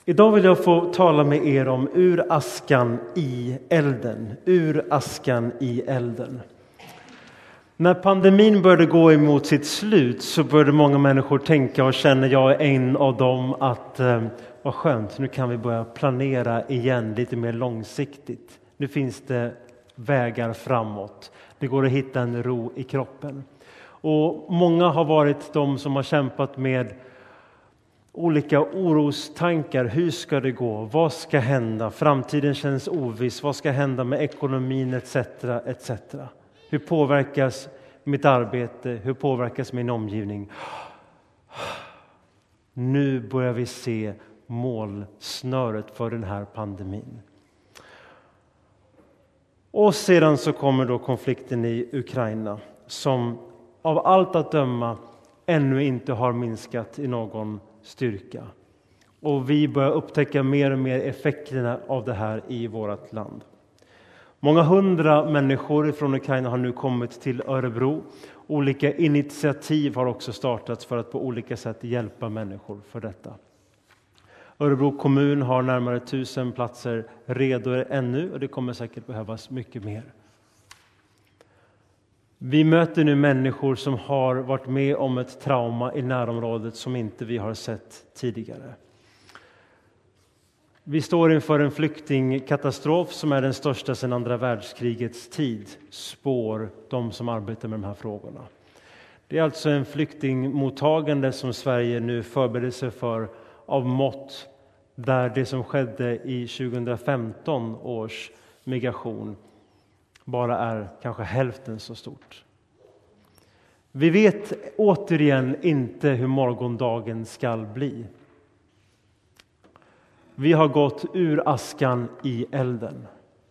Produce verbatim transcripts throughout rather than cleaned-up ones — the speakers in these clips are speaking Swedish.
Idag vill jag få tala med er om ur askan i elden. Ur askan i elden. När pandemin började gå emot sitt slut så började många människor tänka och känna, jag är en av dem, att eh, vad skönt, nu kan vi börja planera igen lite mer långsiktigt. Nu finns det vägar framåt. Det går att hitta en ro i kroppen. Och många har varit de som har kämpat med olika orostankar. Hur ska det gå? Vad ska hända? Framtiden känns oviss. Vad ska hända med ekonomin etc. etc. Hur påverkas mitt arbete? Hur påverkas min omgivning? Nu börjar vi se målsnöret för den här pandemin. Och sedan så kommer då konflikten i Ukraina som av allt att döma ännu inte har minskat i någon styrka. Och vi börjar upptäcka mer och mer effekterna av det här i vårt land. Många hundra människor från Ukraina har nu kommit till Örebro. Olika initiativ har också startats för att på olika sätt hjälpa människor för detta. Örebro kommun har närmare tusen platser redo ännu och det kommer säkert behövas mycket mer. Vi möter nu människor som har varit med om ett trauma i närområdet som inte vi har sett tidigare. Vi står inför en flyktingkatastrof som är den största sedan andra världskrigets tid, spår de som arbetar med de här frågorna. Det är alltså en flyktingmottagande som Sverige nu förbereder sig för av mått där det som skedde i tjugohundrafemton års migration bara är kanske hälften så stort. Vi vet återigen inte hur morgondagen ska bli. Vi har gått ur askan i elden.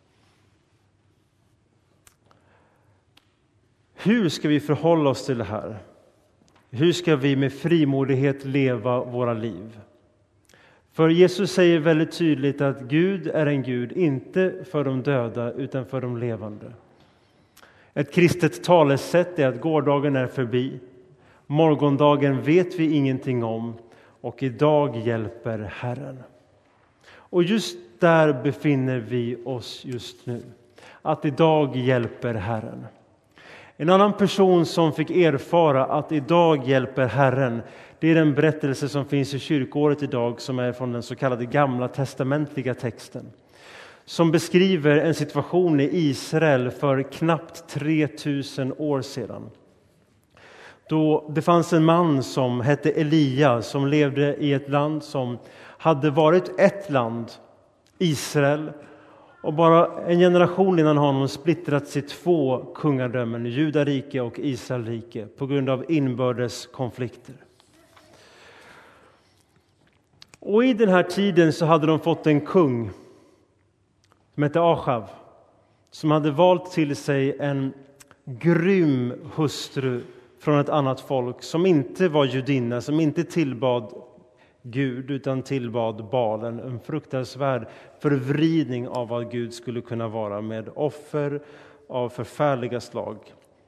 Hur ska vi förhålla oss till det här? Hur ska vi med frimodighet leva våra liv? För Jesus säger väldigt tydligt att Gud är en Gud, inte för de döda utan för de levande. Ett kristet talesätt är att gårdagen är förbi. Morgondagen vet vi ingenting om och idag hjälper Herren. Och just där befinner vi oss just nu. Att idag hjälper Herren. En annan person som fick erfara att idag hjälper Herren, det är den berättelse som finns i kyrkåret idag som är från den så kallade gamla testamentliga texten. Som beskriver en situation i Israel för knappt tre tusen år sedan. Då det fanns en man som hette Elia som levde i ett land som hade varit ett land, Israel. Och bara en generation innan honom splittrats i två kungadömen, Judarike och Israelrike, på grund av inbördes konflikter. Och i den här tiden så hade de fått en kung som hette Achav, som hade valt till sig en grym hustru från ett annat folk som inte var judinna, som inte tillbad Gud utan tillbad Balen. En fruktansvärd förvridning av vad Gud skulle kunna vara, med offer av förfärliga slag.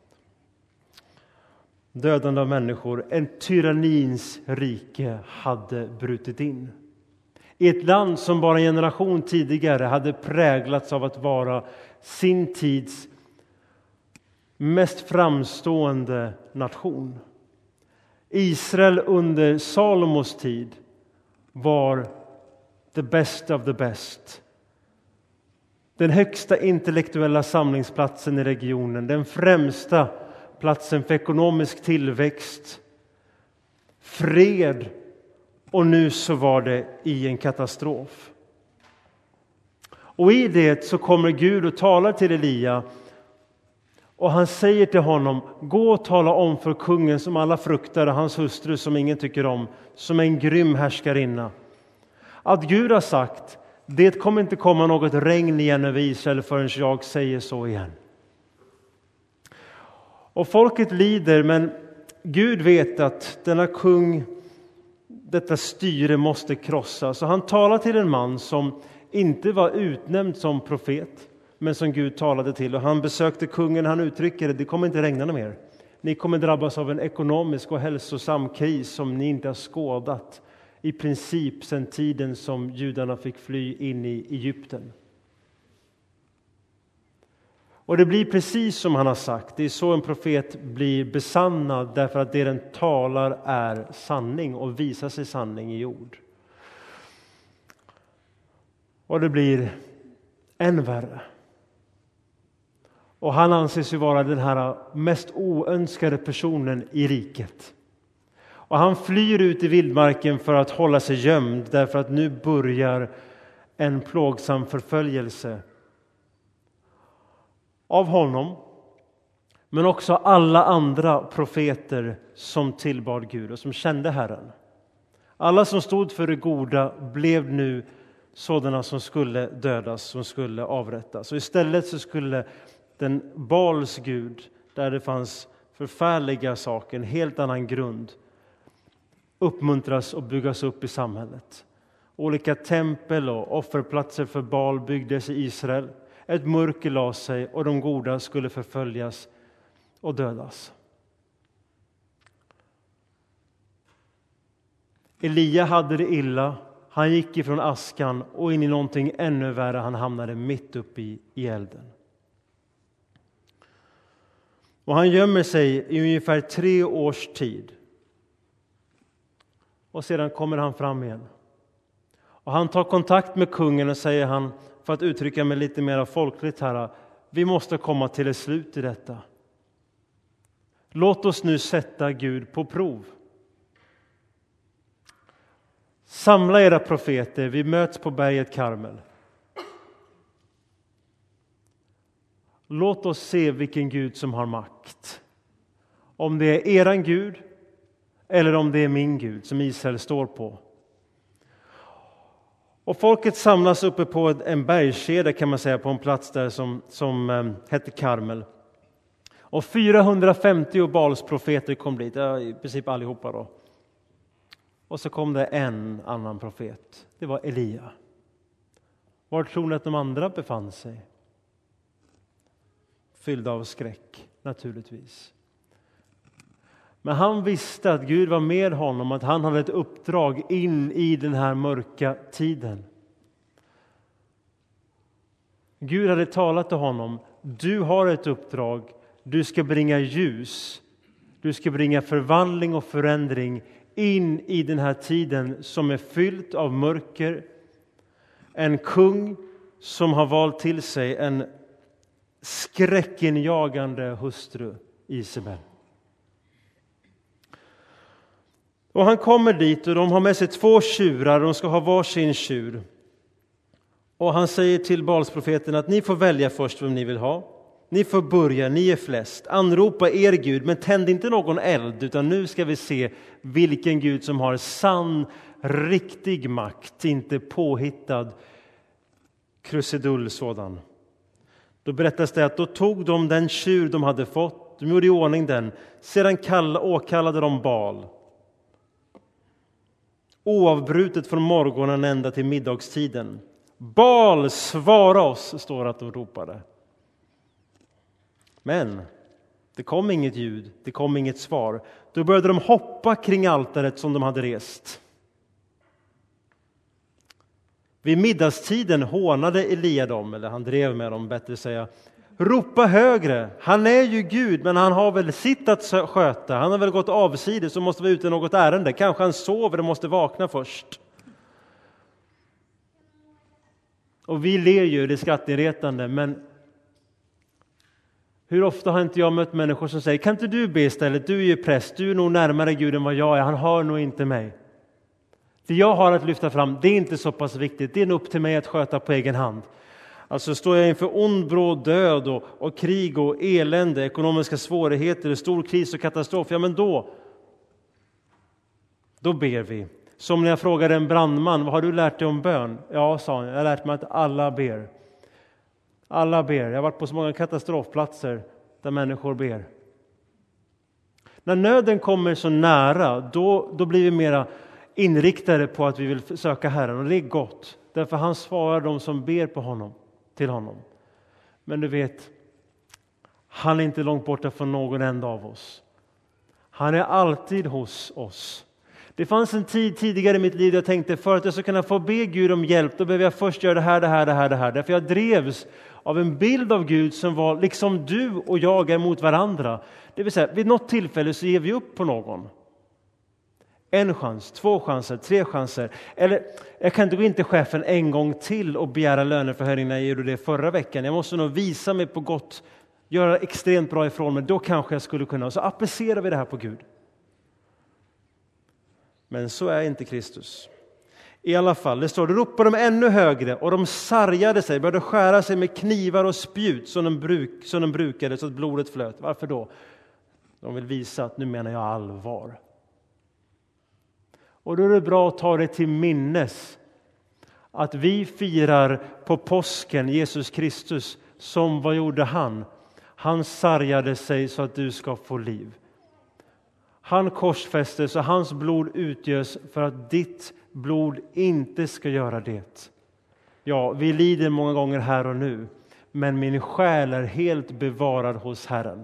Dödande av människor. En tyrannins rike hade brutit in. I ett land som bara en generation tidigare hade präglats av att vara sin tids mest framstående nation. Israel under Salomos tid var the best of the best. Den högsta intellektuella samlingsplatsen i regionen. Den främsta platsen för ekonomisk tillväxt. Fred. Och nu så var det i en katastrof. Och i det så kommer Gud och talar till Elia. Och han säger till honom, gå och tala om för kungen som alla fruktar, hans hustru som ingen tycker om, som en grym härskarinna. Att Gud har sagt, det kommer inte komma något regn igen över Israel förrän jag säger så igen. Och folket lider, men Gud vet att denna kung, detta styre måste krossas. Så han talar till en man som inte var utnämnd som profet, men som Gud talade till. Och han besökte kungen, han uttrycker det, det kommer inte regna mer. Ni kommer drabbas av en ekonomisk och hälsosam kris som ni inte har skådat i princip sedan tiden som judarna fick fly in i Egypten. Och det blir precis som han har sagt. Det är så en profet blir besannad, därför att det den talar är sanning och visar sig sanning i ord. Och det blir än värre. Och han anses ju vara den här mest oönskade personen i riket. Och han flyr ut i vildmarken för att hålla sig gömd, därför att nu börjar en plågsam förföljelse av honom, men också alla andra profeter som tillbad Gud och som kände Herren. Alla som stod för det goda blev nu sådana som skulle dödas, som skulle avrättas. Och istället så skulle den Baals gud, där det fanns förfärliga saker, en helt annan grund, uppmuntras och byggas upp i samhället. Olika tempel och offerplatser för Baal byggdes i Israel. Ett mörker la sig och de goda skulle förföljas och dödas. Elia hade det illa. Han gick ifrån askan och in i någonting ännu värre. Han hamnade mitt uppe i, i elden. Och han gömmer sig i ungefär tre års tid. Och sedan kommer han fram igen. Och han tar kontakt med kungen och säger han, för att uttrycka mig lite mer folkligt här, vi måste komma till ett slut i detta. Låt oss nu sätta Gud på prov. Samla era profeter, vi möts på berget Karmel. Låt oss se vilken Gud som har makt. Om det är eran Gud eller om det är min Gud som Israel står på. Och folket samlas uppe på en bergskedja, kan man säga, på en plats där som, som um, hette Karmel. Och fyrahundrafemtio Baals profeter kom dit, ja, i princip allihopa då. Och så kom det en annan profet, det var Elia. Var tror ni att de andra befann sig? Fyllda av skräck, naturligtvis. Men han visste att Gud var med honom, att han hade ett uppdrag in i den här mörka tiden. Gud hade talat till honom, du har ett uppdrag, du ska bringa ljus, du ska bringa förvandling och förändring in i den här tiden som är fylld av mörker. En kung som har valt till sig en skräckinjagande hustru, Isabel. Och han kommer dit och de har med sig två tjurar, de ska ha varsin tjur. Och han säger till Baalsprofeten att ni får välja först vem ni vill ha. Ni får börja, ni är flest. Anropa er Gud, men tänd inte någon eld, utan nu ska vi se vilken Gud som har sann, riktig makt, inte påhittad krusidull sådan. Då berättas det att då tog de den tjur de hade fått, de gjorde i ordning den, sedan kall, åkallade de Baal. Oavbrutet från morgonen ända till middagstiden. Baal, svara oss, står att de ropade. Men det kom inget ljud, det kom inget svar. Då började de hoppa kring altaret som de hade rest. Vid middagstiden hånade Elia dem, eller han drev med dem, bättre säga. Ropa högre, han är ju Gud, men han har väl sitt att sköta. Han har väl gått avsides och måste vara ute i något ärende. Kanske han sover och måste vakna först. Och vi ler ju, det är skrattinretande, men hur ofta har inte jag mött människor som säger, kan inte du be istället? Du är ju präst, du är nog närmare Gud än vad jag är, han hör nog inte mig. Det jag har att lyfta fram, det är inte så pass viktigt, det är upp till mig att sköta på egen hand. Alltså står jag inför ond, bråd död och, och krig och elände, ekonomiska svårigheter, stor kris och katastrof, ja men då, då ber vi. Som när jag frågade en brandman, vad har du lärt dig om bön? Ja, sa han, jag har lärt mig att alla ber. Alla ber. Jag har varit på så många katastrofplatser där människor ber. När nöden kommer så nära, då, då blir vi mera inriktade på att vi vill söka Herren. Och det är gott, därför han svarar de som ber på honom, till honom. Men du vet, han är inte långt borta från någon enda av oss. Han är alltid hos oss. Det fanns en tid tidigare i mitt liv där jag tänkte, för att jag ska kunna få be Gud om hjälp, då behöver jag först göra det här, det här, det här, det här. Därför jag drevs av en bild av Gud som var liksom du och jag är mot varandra. Det vill säga, vid något tillfälle så ger vi upp på någon. En chans, två chanser, tre chanser. Eller jag kan inte gå in till chefen en gång till och begära löneförhöjning när jag gjorde det förra veckan. Jag måste nog visa mig på gott, göra extremt bra ifrån mig. Då kanske jag skulle kunna. Och så applicerar vi det här på Gud. Men så är inte Kristus. I alla fall, det står, då ropade de ännu högre och de sargade sig, började skära sig med knivar och spjut som de, bruk, som de brukade så att blodet flöt. Varför då? De vill visa att nu menar jag allvar. Och då är det bra att ta det till minnes att vi firar på påsken Jesus Kristus som vad gjorde han? Han sargade sig så att du ska få liv. Han korsfästes och hans blod utgörs för att ditt blod inte ska göra det. Ja, vi lider många gånger här och nu, men min själ är helt bevarad hos Herren.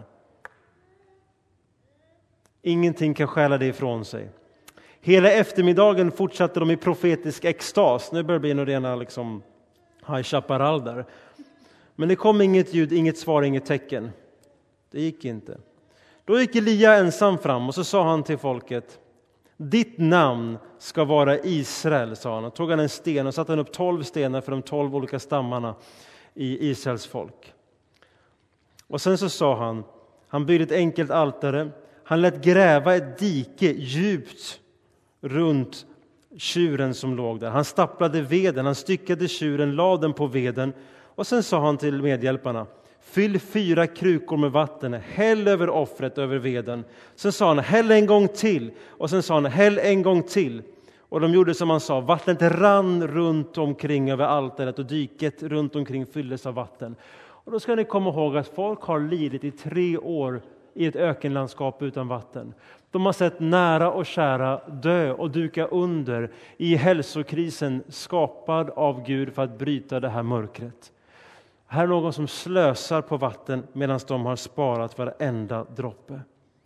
Ingenting kan stjäla det ifrån sig. Hela eftermiddagen fortsatte de i profetisk extas. Nu börjar det bli några rena liksom High Chaparral där. Men det kom inget ljud, inget svar, inget tecken. Det gick inte. Då gick Elia ensam fram och så sa han till folket: ditt namn ska vara Israel, sa han. Och tog han en sten och satte han upp tolv stenar för de tolv olika stammarna i Israels folk. Och sen så sa han, han byggde ett enkelt altare. Han lät gräva ett dike djupt runt tjuren som låg där. Han stapplade veden, han styckade tjuren, lade den på veden. Och sen sa han till medhjälparna: fyll fyra krukor med vatten, häll över offret över veden. Sen sa han, häll en gång till. Och sen sa han, häll en gång till. Och de gjorde som han sa, vattnet rann runt omkring över altaret och diket runt omkring fylldes av vatten. Och då ska ni komma ihåg att folk har lidit i tre år i ett ökenlandskap utan vatten. De har sett nära och kära dö och duka under i hälsokrisen skapad av Gud för att bryta det här mörkret. Här är någon som slösar på vatten medan de har sparat varenda droppe.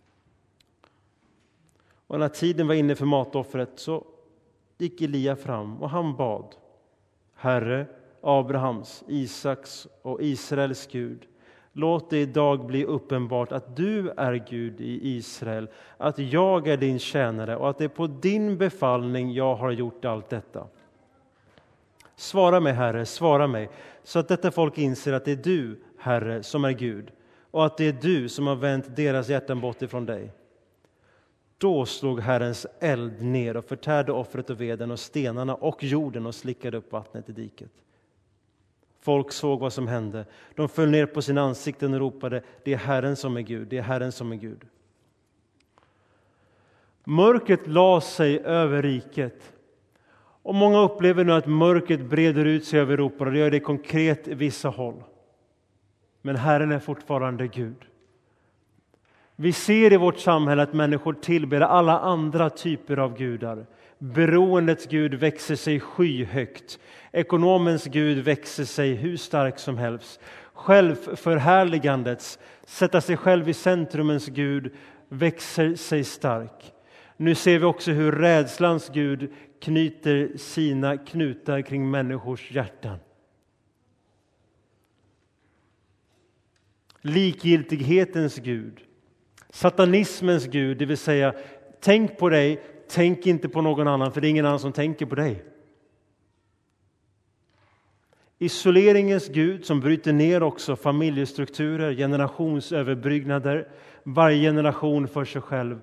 Och när tiden var inne för matoffret så gick Elia fram och han bad: Herre, Abrahams, Isaks och Israels Gud, låt det idag bli uppenbart att du är Gud i Israel, att jag är din tjänare och att det är på din befallning jag har gjort allt detta. Svara mig, Herre, svara mig, så att detta folk inser att det är du, Herre, som är Gud och att det är du som har vänt deras hjärtan bort ifrån dig. Då slog Herrens eld ner och förtärde offret och veden och stenarna och jorden och slickade upp vattnet i diket. Folk såg vad som hände. De föll ner på sina ansikten och ropade: det är Herren som är Gud, det är Herren som är Gud. Mörkret la sig över riket. Och många upplever nu att mörkret breder ut sig över Europa, och det gör det konkret i vissa håll. Men Herren är fortfarande Gud. Vi ser i vårt samhälle att människor tillber alla andra typer av gudar. Beroendets Gud växer sig skyhögt. Ekonomens Gud växer sig hur stark som helst. Självförhärligandets, sätta sig själv i centrumens Gud, växer sig stark. Nu ser vi också hur rädslans Gud knyter sina knutar kring människors hjärtan. Likgiltighetens Gud, satanismens Gud, det vill säga tänk på dig, tänk inte på någon annan, för det är ingen annan som tänker på dig. Isoleringens Gud som bryter ner också familjestrukturer, generationsöverbyggnader, varje generation för sig själv.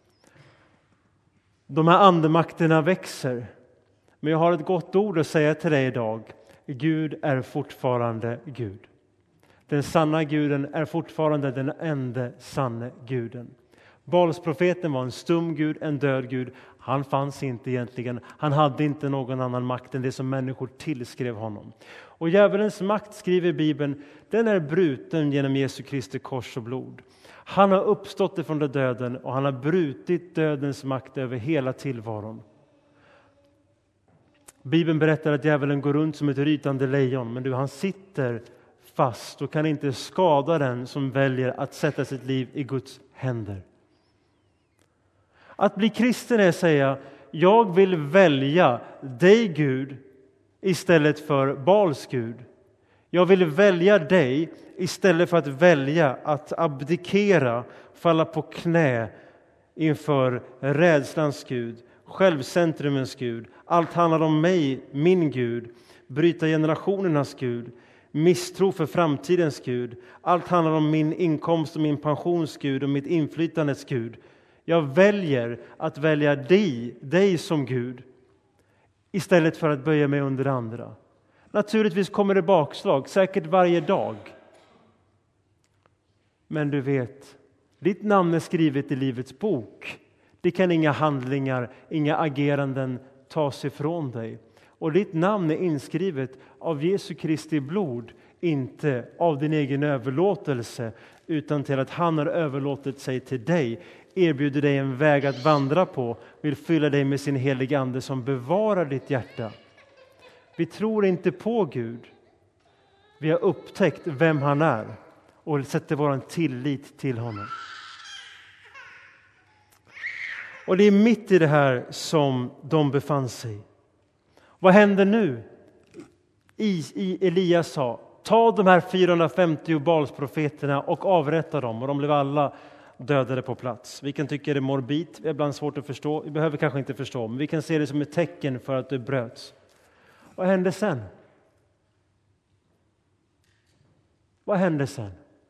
De här andemakterna växer. Men jag har ett gott ord att säga till dig idag. Gud är fortfarande Gud. Den sanna guden är fortfarande den enda sanna guden. Baalsprofeten var en stum gud, en död gud. Han fanns inte egentligen. Han hade inte någon annan makt än det som människor tillskrev honom. Och djävulens makt, skriver Bibeln, den är bruten genom Jesu Kristi kors och blod. Han har uppstått ifrån de döden och han har brutit dödens makt över hela tillvaron. Bibeln berättar att djävulen går runt som ett rytande lejon, men du, han sitter fast och kan inte skada den som väljer att sätta sitt liv i Guds händer. Att bli kristen är att säga: jag vill välja dig Gud istället för Baals Gud. Jag vill välja dig istället för att välja att abdikera, falla på knä inför rädslans Gud, självcentrumens Gud. Allt handlar om mig, min Gud, bryta generationernas Gud, misstro för framtidens Gud. Allt handlar om min inkomst och min pensions Gud och mitt inflytandets Gud. Jag väljer att välja dig, dig som Gud istället för att böja mig under andra. Naturligtvis kommer det bakslag, säkert varje dag. Men du vet, ditt namn är skrivet i livets bok. Det kan inga handlingar, inga ageranden tas ifrån dig. Och ditt namn är inskrivet av Jesu Kristi blod, inte av din egen överlåtelse, utan till att han har överlåtit sig till dig, erbjuder dig en väg att vandra på, vill fylla dig med sin heliga ande som bevarar ditt hjärta. Vi tror inte på Gud. Vi har upptäckt vem han är och sätter vår tillit till honom. Och det är mitt i det här som de befann sig. Vad händer nu? I, i Elias sa, ta de här fyrahundrafemtio Baalsprofeterna och avrätta dem. Och de blev alla dödade på plats. Vi kan tycka det är morbid, det är ibland svårt att förstå. Vi behöver kanske inte förstå, men vi kan se det som ett tecken för att det bröts. Vad hände sen? Vad hände sen?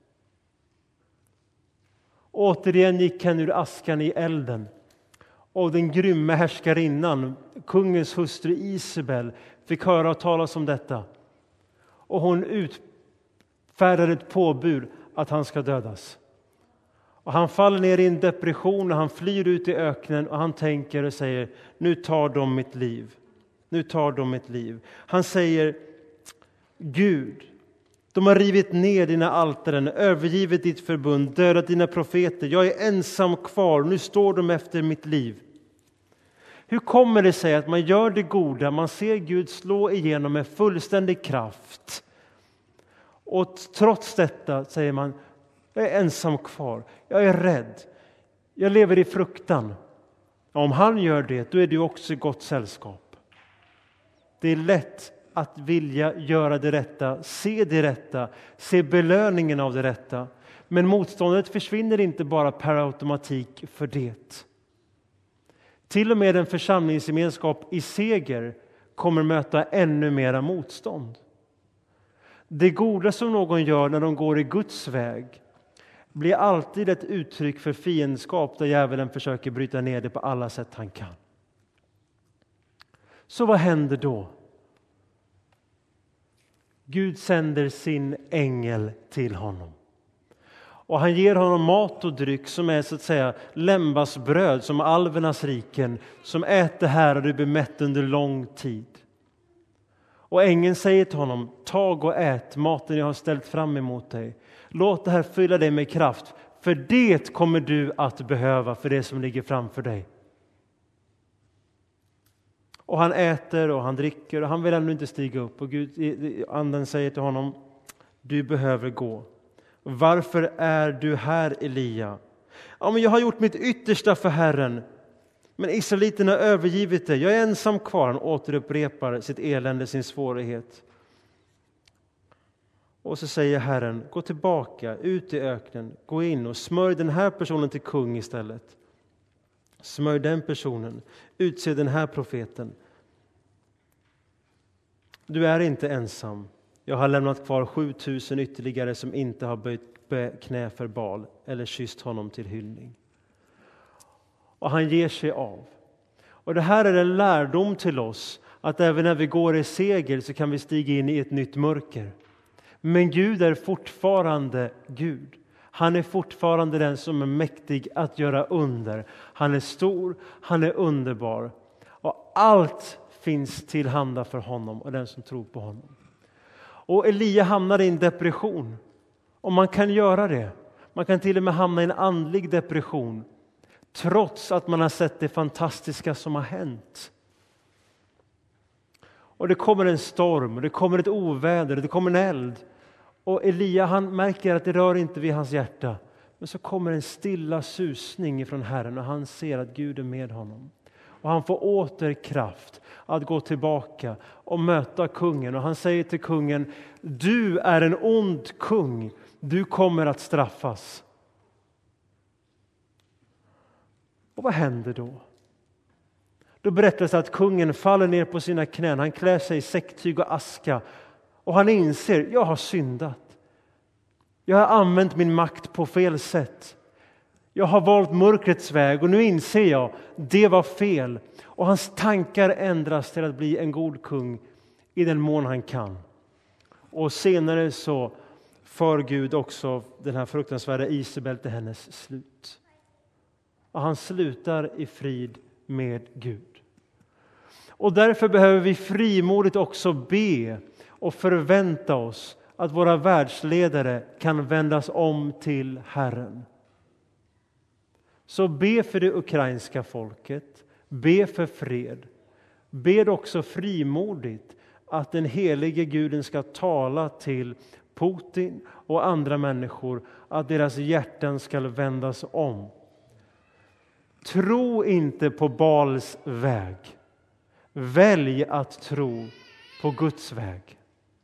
Återigen gick han ur askan i elden. Och den grymma härskarinnan, kungens hustru Isabel, fick höra talas om detta. Och hon utfärdade ett påbud att han ska dödas. Och han faller ner i en depression och han flyr ut i öknen och han tänker och säger, nu tar de mitt liv. Nu tar de mitt liv. Han säger, Gud, de har rivit ner dina altaren, övergivit ditt förbund, dödat dina profeter. Jag är ensam kvar, nu står de efter mitt liv. Hur kommer det sig att man gör det goda, man ser Gud slå igenom med fullständig kraft. Och trots detta säger man, jag är ensam kvar, jag är rädd, jag lever i fruktan. Om han gör det, då är du också i gott sällskap. Det är lätt att vilja göra det rätta, se det rätta, se belöningen av det rätta. Men motståndet försvinner inte bara per automatik för det. Till och med en församlingsgemenskap i seger kommer möta ännu mera motstånd. Det goda som någon gör när de går i Guds väg blir alltid ett uttryck för fiendskap där djävulen försöker bryta ner det på alla sätt han kan. Så vad händer då? Gud sänder sin ängel till honom. Och han ger honom mat och dryck som är så att säga lämbasbröd, som alvernas riken, som äter här och du blir mätt under lång tid. Och ängeln säger till honom, tag och ät maten jag har ställt fram emot dig. Låt det här fylla dig med kraft, för det kommer du att behöva för det som ligger framför dig. Och han äter och han dricker och han vill ännu inte stiga upp. Och Gud, anden säger till honom, du behöver gå. Varför är du här, Elia? Ja, men jag har gjort mitt yttersta för Herren. Men israeliterna har övergivit det. Jag är ensam kvar. Han återupprepar sitt elände, sin svårighet. Och så säger Herren, gå tillbaka, ut i öknen. Gå in och smörj den här personen till kung istället. Smörj den personen. Utse den här profeten. Du är inte ensam. Jag har lämnat kvar sjutusen ytterligare som inte har böjt knä för Baal eller kysst honom till hyllning. Och han ger sig av. Och det här är en lärdom till oss att även när vi går i seger så kan vi stiga in i ett nytt mörker. Men Gud är fortfarande Gud. Han är fortfarande den som är mäktig att göra under. Han är stor, han är underbar. Och allt finns tillhanda för honom och den som tror på honom. Och Elia hamnade i en depression. Och man kan göra det. Man kan till och med hamna i en andlig depression. Trots att man har sett det fantastiska som har hänt. Och det kommer en storm, och det kommer ett oväder, och det kommer en eld. Och Elia, han märker att det rör inte vid hans hjärta. Men så kommer en stilla susning ifrån Herren och han ser att Gud är med honom. Och han får åter kraft att gå tillbaka och möta kungen. Och han säger till kungen, du är en ond kung, du kommer att straffas. Och vad händer då? Då berättas att kungen faller ner på sina knän, han klär sig i säcktyg och aska. Och han inser, jag har syndat. Jag har använt min makt på fel sätt. Jag har valt mörkrets väg och nu inser jag, det var fel. Och hans tankar ändras till att bli en god kung i den mån han kan. Och senare så för Gud också den här fruktansvärda Isabel till hennes slut. Och han slutar i frid med Gud. Och därför behöver vi frimodigt också be och förvänta oss att våra världsledare kan vändas om till Herren. Så be för det ukrainska folket, be för fred. Be också frimodigt att den helige Guden ska tala till Putin och andra människor, att deras hjärtan ska vändas om. Tro inte på Baals väg. Välj att tro på Guds väg.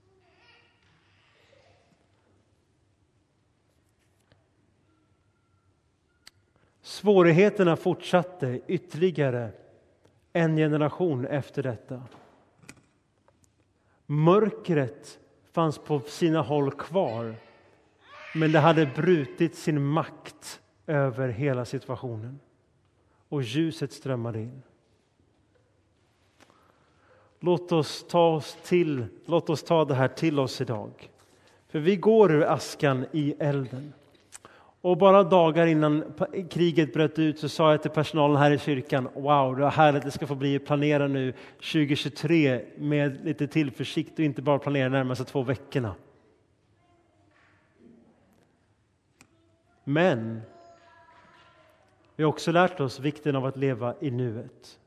Svårigheterna fortsatte ytterligare en generation efter detta. Mörkret fanns på sina håll kvar, men det hade brutit sin makt över hela situationen. Och ljuset strömmade in. Låt oss ta oss till, låt oss ta det här till oss idag. För vi går ur askan i elden. Och bara dagar innan kriget bröt ut så sa jag till personalen här i kyrkan, wow, det är härligt, det ska få bli planera nu tjugo tjugotre med lite tillförsikt och inte bara planera närmaste två veckorna. Men vi har också lärt oss vikten av att leva i nuet.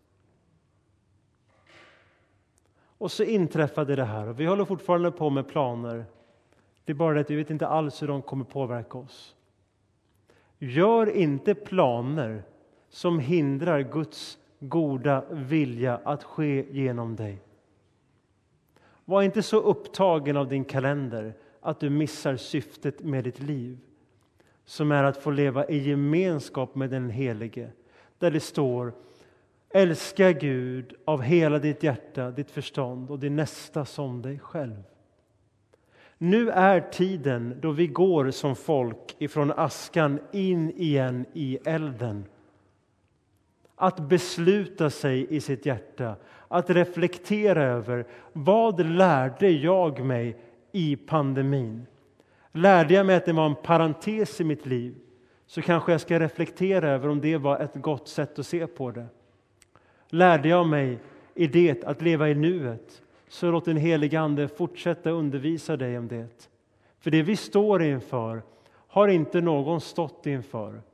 Och så inträffade det här och vi håller fortfarande på med planer. Det är bara det att vi vet inte alls hur de kommer påverka oss. Gör inte planer som hindrar Guds goda vilja att ske genom dig. Var inte så upptagen av din kalender att du missar syftet med ditt liv, som är att få leva i gemenskap med den helige. Där det står, älska Gud av hela ditt hjärta, ditt förstånd och din nästa som dig själv. Nu är tiden då vi går som folk ifrån askan in igen i elden. Att besluta sig i sitt hjärta. Att reflektera över, vad lärde jag mig i pandemin? Lärde jag mig att det var en parentes i mitt liv, så kanske jag ska reflektera över om det var ett gott sätt att se på det. Lärde jag mig i det att leva i nuet, så låt den helige Ande fortsätta undervisa dig om det. För det vi står inför har inte någon stått inför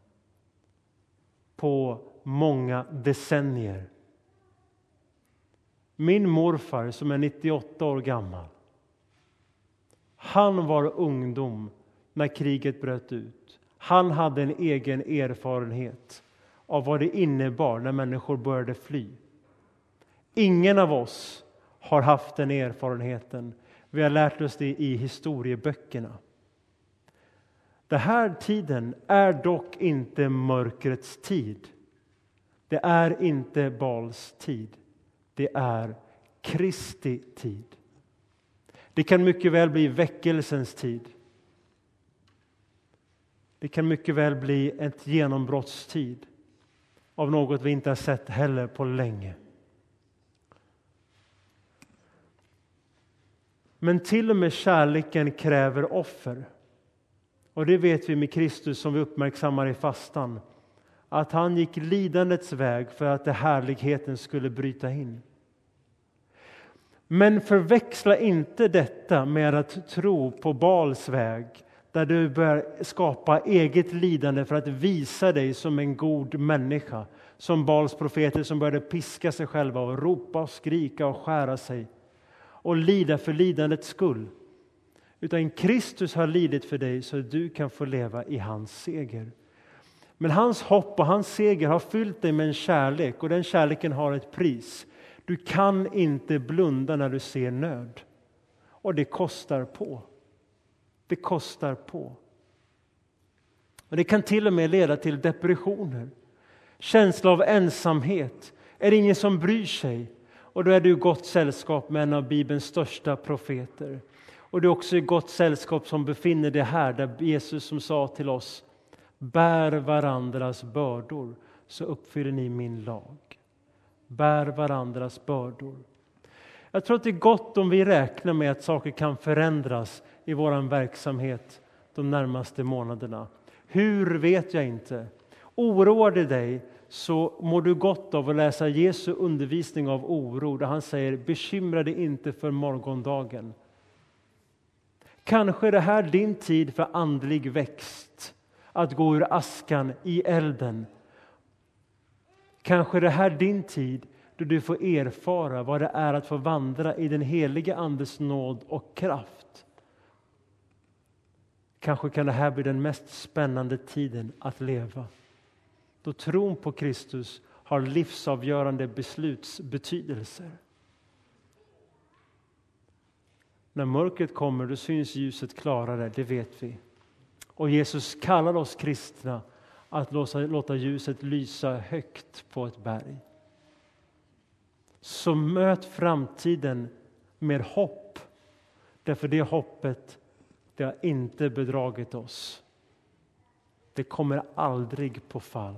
på många decennier. Min morfar som är nittioåtta år gammal, han var ungdom när kriget bröt ut. Han hade en egen erfarenhet av vad det innebar när människor började fly. Ingen av oss har haft den erfarenheten. Vi har lärt oss det i historieböckerna. Den här tiden är dock inte mörkrets tid. Det är inte Baals tid. Det är Kristi tid. Det kan mycket väl bli väckelsens tid. Det kan mycket väl bli ett genombrottstid av något vi inte har sett heller på länge. Men till och med kärleken kräver offer. Och det vet vi med Kristus som vi uppmärksammar i fastan. Att han gick lidandets väg för att det härligheten skulle bryta in. Men förväxla inte detta med att tro på Baals väg. Där du börjar skapa eget lidande för att visa dig som en god människa. Som Baals profeter som började piska sig själva och ropa och skrika och skära sig. Och lida för lidandets skull. Utan Kristus har lidit för dig så att du kan få leva i hans seger. Men hans hopp och hans seger har fyllt dig med en kärlek, och den kärleken har ett pris. Du kan inte blunda när du ser nöd. Och det kostar på. Det kostar på. Och det kan till och med leda till depressioner. Känsla av ensamhet. Är det ingen som bryr sig? Och då är du i gott sällskap med en av Bibelns största profeter. Och du är också i gott sällskap som befinner dig här, där Jesus som sa till oss: bär varandras bördor så uppfyller ni min lag. Bär varandras bördor. Jag tror att det är gott om vi räknar med att saker kan förändras i vår verksamhet de närmaste månaderna. Hur vet jag inte. Oroar det dig, så mår du gott av att läsa Jesu undervisning av oro, där han säger: bekymra dig inte för morgondagen. Kanske är det här din tid för andlig växt, att gå ur askan i elden. Kanske är det här din tid då du får erfara vad det är att få vandra i den heliga andes nåd och kraft. Kanske kan det här bli den mest spännande tiden att leva, då tron på Kristus har livsavgörande beslutsbetydelser. När mörkret kommer, då syns ljuset klarare, det vet vi. Och Jesus kallar oss kristna att låta, låta ljuset lysa högt på ett berg. Så möt framtiden med hopp. Därför det hoppet, det har inte bedragit oss. Det kommer aldrig på fall.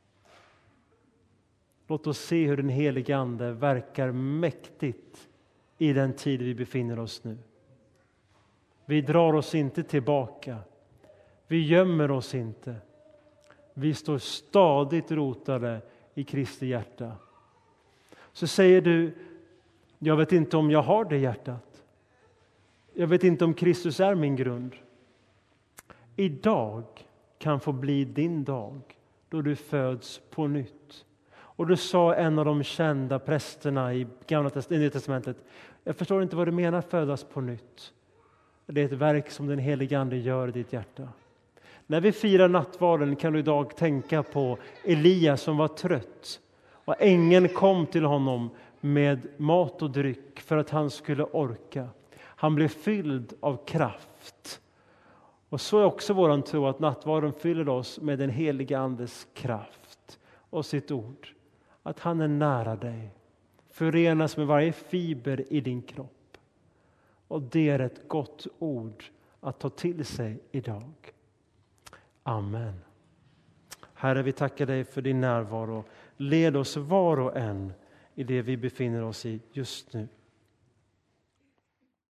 Låt oss se hur den helige Ande verkar mäktigt i den tid vi befinner oss nu. Vi drar oss inte tillbaka. Vi gömmer oss inte. Vi står stadigt rotade i Kristi hjärta. Så säger du: jag vet inte om jag har det hjärtat. Jag vet inte om Kristus är min grund. Idag kan få bli din dag då du föds på nytt. Och du sa en av de kända prästerna i Gamla testamentet: jag förstår inte vad du menar födas på nytt. Det är ett verk som den helige Ande gör i ditt hjärta. När vi firar nattvarden kan du idag tänka på Elia som var trött. Och ängeln kom till honom med mat och dryck för att han skulle orka. Han blev fylld av kraft. Och så är också våran tro, att nattvarden fyller oss med den heliga Andes kraft och sitt ord. Att han är nära dig. Förenas med varje fiber i din kropp. Och det är ett gott ord att ta till sig idag. Amen. Herre, vi tackar dig för din närvaro. Led oss var och en i det vi befinner oss i just nu.